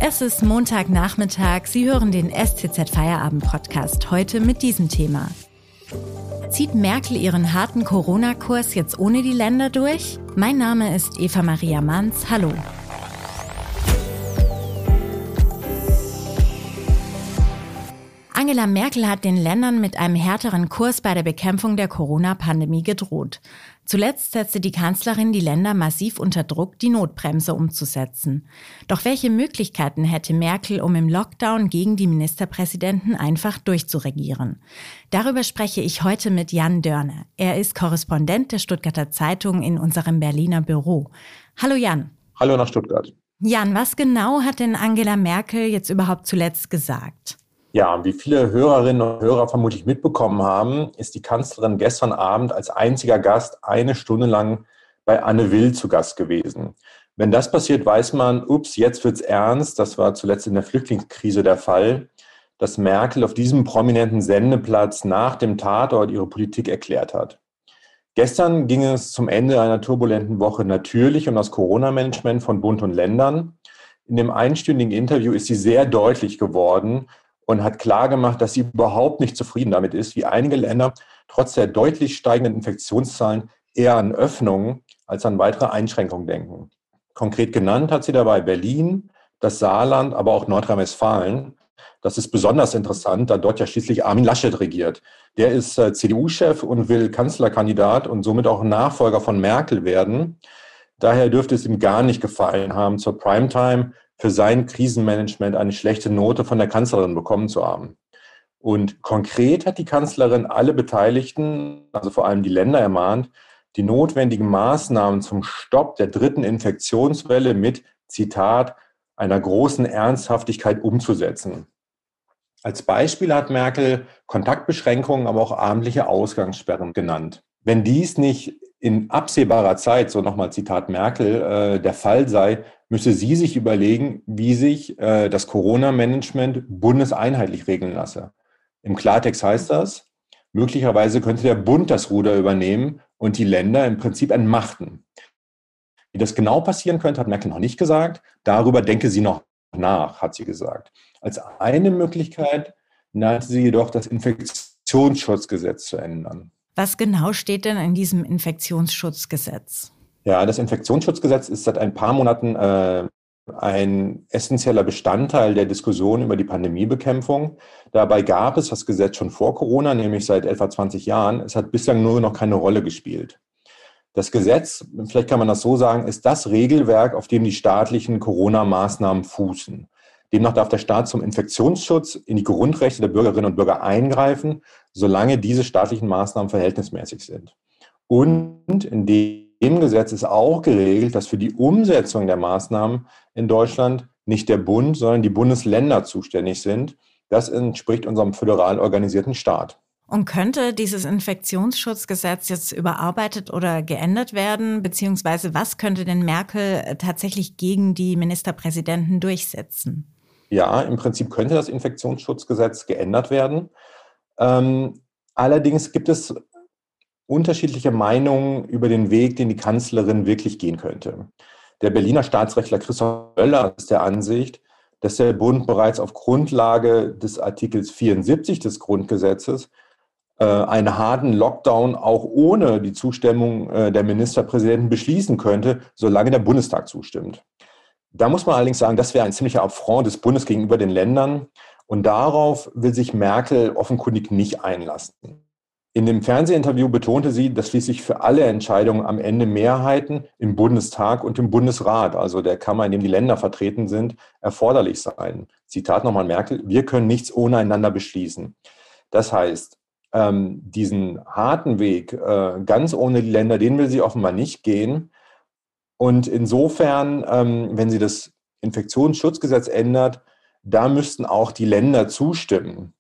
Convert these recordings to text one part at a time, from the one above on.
Es ist Montagnachmittag, Sie hören den STZ-Feierabend-Podcast heute mit diesem Thema. Zieht Merkel ihren harten Corona-Kurs jetzt ohne die Länder durch? Mein Name ist Eva Maria Manns. Hallo. Angela Merkel hat den Ländern mit einem härteren Kurs bei der Bekämpfung der Corona-Pandemie gedroht. Zuletzt setzte die Kanzlerin die Länder massiv unter Druck, die Notbremse umzusetzen. Doch welche Möglichkeiten hätte Merkel, um im Lockdown gegen die Ministerpräsidenten einfach durchzuregieren? Darüber spreche ich heute mit Jan Dörner. Er ist Korrespondent der Stuttgarter Zeitung in unserem Berliner Büro. Hallo Jan. Hallo nach Stuttgart. Jan, was genau hat denn Angela Merkel jetzt überhaupt zuletzt gesagt? Ja, wie viele Hörerinnen und Hörer vermutlich mitbekommen haben, ist die Kanzlerin gestern Abend als einziger Gast 1 Stunde lang bei Anne Will zu Gast gewesen. Wenn das passiert, weiß man, jetzt wird's ernst. Das war zuletzt in der Flüchtlingskrise der Fall, dass Merkel auf diesem prominenten Sendeplatz nach dem Tatort ihre Politik erklärt hat. Gestern ging es zum Ende einer turbulenten Woche natürlich um das Corona-Management von Bund und Ländern. In dem einstündigen Interview ist sie sehr deutlich geworden und hat klargemacht, dass sie überhaupt nicht zufrieden damit ist, wie einige Länder trotz der deutlich steigenden Infektionszahlen eher an Öffnungen als an weitere Einschränkungen denken. Konkret genannt hat sie dabei Berlin, das Saarland, aber auch Nordrhein-Westfalen. Das ist besonders interessant, da dort ja schließlich Armin Laschet regiert. Der ist CDU-Chef und will Kanzlerkandidat und somit auch Nachfolger von Merkel werden. Daher dürfte es ihm gar nicht gefallen haben, zur Primetime für sein Krisenmanagement eine schlechte Note von der Kanzlerin bekommen zu haben. Und konkret hat die Kanzlerin alle Beteiligten, also vor allem die Länder, ermahnt, die notwendigen Maßnahmen zum Stopp der dritten Infektionswelle mit, Zitat, einer großen Ernsthaftigkeit umzusetzen. Als Beispiel hat Merkel Kontaktbeschränkungen, aber auch abendliche Ausgangssperren genannt. Wenn dies nicht in absehbarer Zeit, so nochmal Zitat Merkel, der Fall sei, müsse sie sich überlegen, wie sich das Corona-Management bundeseinheitlich regeln lasse. Im Klartext heißt das, möglicherweise könnte der Bund das Ruder übernehmen und die Länder im Prinzip entmachten. Wie das genau passieren könnte, hat Merkel noch nicht gesagt. Darüber denke sie noch nach, hat sie gesagt. Als eine Möglichkeit nannte sie jedoch, das Infektionsschutzgesetz zu ändern. Was genau steht denn in diesem Infektionsschutzgesetz? Ja, das Infektionsschutzgesetz ist seit ein paar Monaten ein essentieller Bestandteil der Diskussion über die Pandemiebekämpfung. Dabei gab es das Gesetz schon vor Corona, nämlich seit etwa 20 Jahren. Es hat bislang nur noch keine Rolle gespielt. Das Gesetz, vielleicht kann man das so sagen, ist das Regelwerk, auf dem die staatlichen Corona-Maßnahmen fußen. Demnach darf der Staat zum Infektionsschutz in die Grundrechte der Bürgerinnen und Bürger eingreifen, solange diese staatlichen Maßnahmen verhältnismäßig sind. Und in dem Gesetz ist auch geregelt, dass für die Umsetzung der Maßnahmen in Deutschland nicht der Bund, sondern die Bundesländer zuständig sind. Das entspricht unserem föderal organisierten Staat. Und könnte dieses Infektionsschutzgesetz jetzt überarbeitet oder geändert werden? Beziehungsweise was könnte denn Merkel tatsächlich gegen die Ministerpräsidenten durchsetzen? Ja, im Prinzip könnte das Infektionsschutzgesetz geändert werden. Allerdings gibt es unterschiedliche Meinungen über den Weg, den die Kanzlerin wirklich gehen könnte. Der Berliner Staatsrechtler Christoph Oeller ist der Ansicht, dass der Bund bereits auf Grundlage des Artikels 74 des Grundgesetzes einen harten Lockdown auch ohne die Zustimmung der Ministerpräsidenten beschließen könnte, solange der Bundestag zustimmt. Da muss man allerdings sagen, das wäre ein ziemlicher Affront des Bundes gegenüber den Ländern und darauf will sich Merkel offenkundig nicht einlassen. In dem Fernsehinterview betonte sie, dass schließlich für alle Entscheidungen am Ende Mehrheiten im Bundestag und im Bundesrat, also der Kammer, in dem die Länder vertreten sind, erforderlich seien. Zitat nochmal Merkel, wir können nichts ohne einander beschließen. Das heißt, diesen harten Weg, ganz ohne die Länder, den will sie offenbar nicht gehen. Und insofern, wenn sie das Infektionsschutzgesetz ändert, da müssten auch die Länder zustimmen.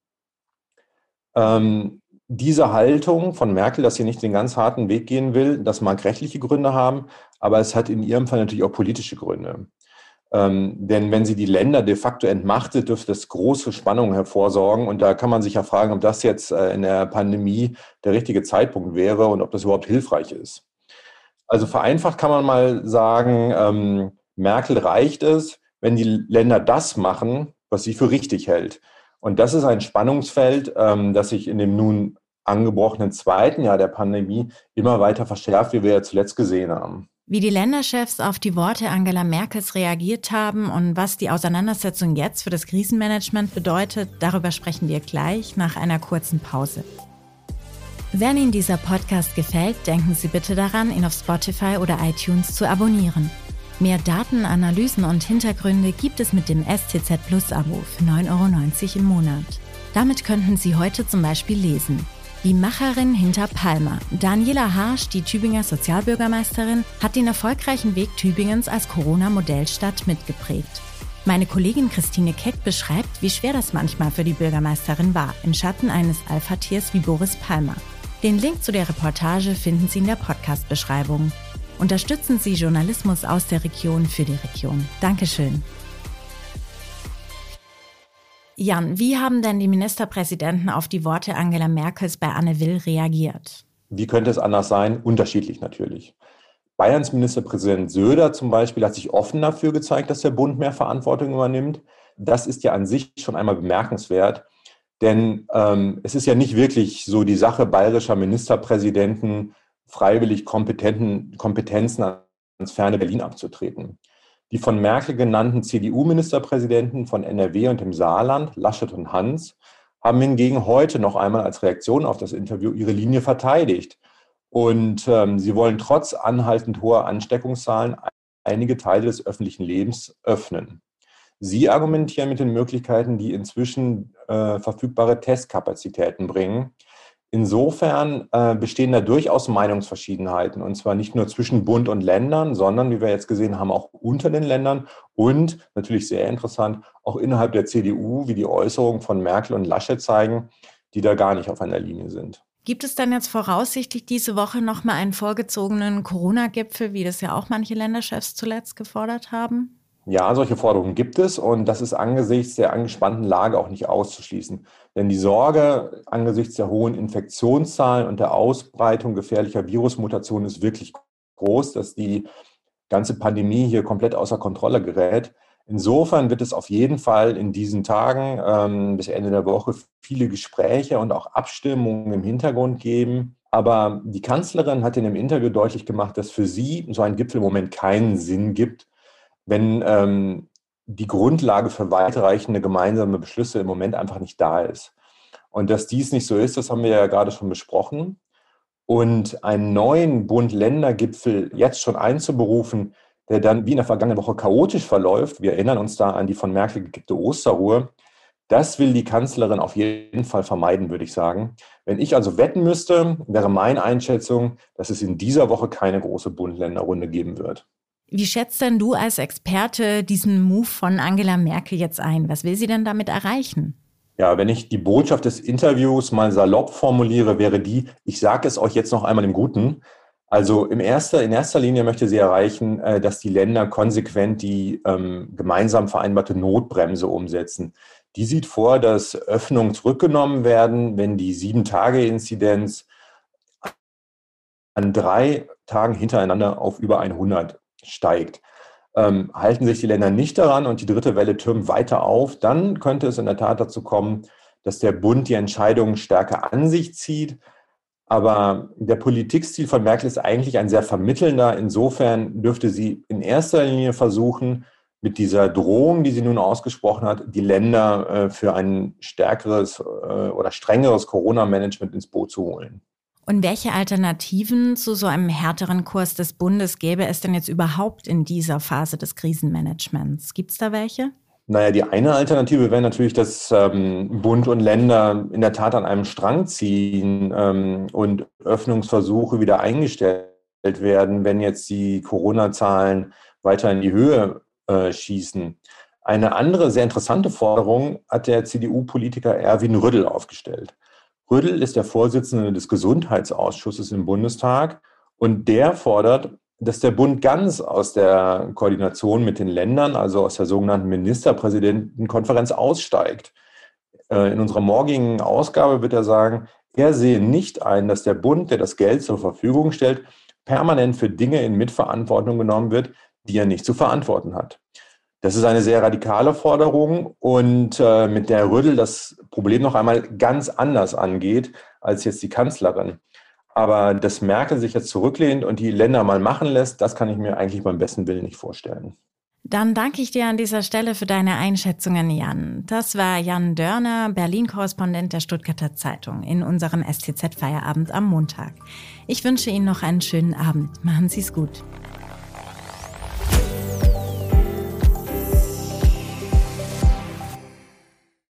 Diese Haltung von Merkel, dass sie nicht den ganz harten Weg gehen will, das mag rechtliche Gründe haben, aber es hat in ihrem Fall natürlich auch politische Gründe. Denn wenn sie die Länder de facto entmachtet, dürfte das große Spannungen hervorsorgen. Und da kann man sich ja fragen, ob das jetzt in der Pandemie der richtige Zeitpunkt wäre und ob das überhaupt hilfreich ist. Also vereinfacht kann man mal sagen, Merkel reicht es, wenn die Länder das machen, was sie für richtig hält. Und das ist ein Spannungsfeld, das sich in dem nun angebrochenen zweiten Jahr der Pandemie immer weiter verschärft, wie wir ja zuletzt gesehen haben. Wie die Länderchefs auf die Worte Angela Merkels reagiert haben und was die Auseinandersetzung jetzt für das Krisenmanagement bedeutet, darüber sprechen wir gleich nach einer kurzen Pause. Wenn Ihnen dieser Podcast gefällt, denken Sie bitte daran, ihn auf Spotify oder iTunes zu abonnieren. Mehr Daten, Analysen und Hintergründe gibt es mit dem STZ Plus Abo für 9,90 € im Monat. Damit könnten Sie heute zum Beispiel lesen: Die Macherin hinter Palma. Daniela Harsch, die Tübinger Sozialbürgermeisterin, hat den erfolgreichen Weg Tübingens als Corona-Modellstadt mitgeprägt. Meine Kollegin Christine Keck beschreibt, wie schwer das manchmal für die Bürgermeisterin war, im Schatten eines Alpha-Tiers wie Boris Palmer. Den Link zu der Reportage finden Sie in der Podcast-Beschreibung. Unterstützen Sie Journalismus aus der Region für die Region. Dankeschön. Jan, wie haben denn die Ministerpräsidenten auf die Worte Angela Merkels bei Anne Will reagiert? Wie könnte es anders sein? Unterschiedlich natürlich. Bayerns Ministerpräsident Söder zum Beispiel hat sich offen dafür gezeigt, dass der Bund mehr Verantwortung übernimmt. Das ist ja an sich schon einmal bemerkenswert, denn es ist ja nicht wirklich so die Sache bayerischer Ministerpräsidenten, freiwillig Kompetenzen ans ferne Berlin abzutreten. Die von Merkel genannten CDU-Ministerpräsidenten von NRW und dem Saarland, Laschet und Hans, haben hingegen heute noch einmal als Reaktion auf das Interview ihre Linie verteidigt. Und sie wollen trotz anhaltend hoher Ansteckungszahlen einige Teile des öffentlichen Lebens öffnen. Sie argumentieren mit den Möglichkeiten, die inzwischen verfügbare Testkapazitäten bringen. Insofern bestehen da durchaus Meinungsverschiedenheiten, und zwar nicht nur zwischen Bund und Ländern, sondern, wie wir jetzt gesehen haben, auch unter den Ländern und, natürlich sehr interessant, auch innerhalb der CDU, wie die Äußerungen von Merkel und Laschet zeigen, die da gar nicht auf einer Linie sind. Gibt es dann jetzt voraussichtlich diese Woche nochmal einen vorgezogenen Corona-Gipfel, wie das ja auch manche Länderchefs zuletzt gefordert haben? Ja, solche Forderungen gibt es, und das ist angesichts der angespannten Lage auch nicht auszuschließen. Denn die Sorge angesichts der hohen Infektionszahlen und der Ausbreitung gefährlicher Virusmutationen ist wirklich groß, dass die ganze Pandemie hier komplett außer Kontrolle gerät. Insofern wird es auf jeden Fall in diesen Tagen bis Ende der Woche viele Gespräche und auch Abstimmungen im Hintergrund geben. Aber die Kanzlerin hat in dem Interview deutlich gemacht, dass für sie so ein Gipfel im Moment keinen Sinn gibt, wenn die Grundlage für weitreichende gemeinsame Beschlüsse im Moment einfach nicht da ist. Und dass dies nicht so ist, das haben wir ja gerade schon besprochen. Und einen neuen Bund-Länder-Gipfel jetzt schon einzuberufen, der dann wie in der vergangenen Woche chaotisch verläuft, wir erinnern uns da an die von Merkel gekippte Osterruhe, das will die Kanzlerin auf jeden Fall vermeiden, würde ich sagen. Wenn ich also wetten müsste, wäre meine Einschätzung, dass es in dieser Woche keine große Bund-Länder-Runde geben wird. Wie schätzt denn du als Experte diesen Move von Angela Merkel jetzt ein? Was will sie denn damit erreichen? Ja, wenn ich die Botschaft des Interviews mal salopp formuliere, wäre die: Ich sage es euch jetzt noch einmal im Guten. Also in erster Linie möchte sie erreichen, dass die Länder konsequent die gemeinsam vereinbarte Notbremse umsetzen. Die sieht vor, dass Öffnungen zurückgenommen werden, wenn die 7-Tage-Inzidenz an 3 Tagen hintereinander auf über 100 steigt. Halten sich die Länder nicht daran und die dritte Welle türmt weiter auf, dann könnte es in der Tat dazu kommen, dass der Bund die Entscheidungen stärker an sich zieht. Aber der Politikstil von Merkel ist eigentlich ein sehr vermittelnder. Insofern dürfte sie in erster Linie versuchen, mit dieser Drohung, die sie nun ausgesprochen hat, die Länder für ein stärkeres oder strengeres Corona-Management ins Boot zu holen. Und welche Alternativen zu so einem härteren Kurs des Bundes gäbe es denn jetzt überhaupt in dieser Phase des Krisenmanagements? Gibt es da welche? Naja, die eine Alternative wäre natürlich, dass Bund und Länder in der Tat an einem Strang ziehen und Öffnungsversuche wieder eingestellt werden, wenn jetzt die Corona-Zahlen weiter in die Höhe schießen. Eine andere sehr interessante Forderung hat der CDU-Politiker Erwin Rüddel aufgestellt. Rüddel ist der Vorsitzende des Gesundheitsausschusses im Bundestag, und der fordert, dass der Bund ganz aus der Koordination mit den Ländern, also aus der sogenannten Ministerpräsidentenkonferenz, aussteigt. In unserer morgigen Ausgabe wird er sagen, er sehe nicht ein, dass der Bund, der das Geld zur Verfügung stellt, permanent für Dinge in Mitverantwortung genommen wird, die er nicht zu verantworten hat. Das ist eine sehr radikale Forderung und mit der Rödl das Problem noch einmal ganz anders angeht als jetzt die Kanzlerin. Aber dass Merkel sich jetzt zurücklehnt und die Länder mal machen lässt, das kann ich mir eigentlich beim besten Willen nicht vorstellen. Dann danke ich dir an dieser Stelle für deine Einschätzungen, Jan. Das war Jan Dörner, Berlin-Korrespondent der Stuttgarter Zeitung, in unserem STZ-Feierabend am Montag. Ich wünsche Ihnen noch einen schönen Abend. Machen Sie es gut.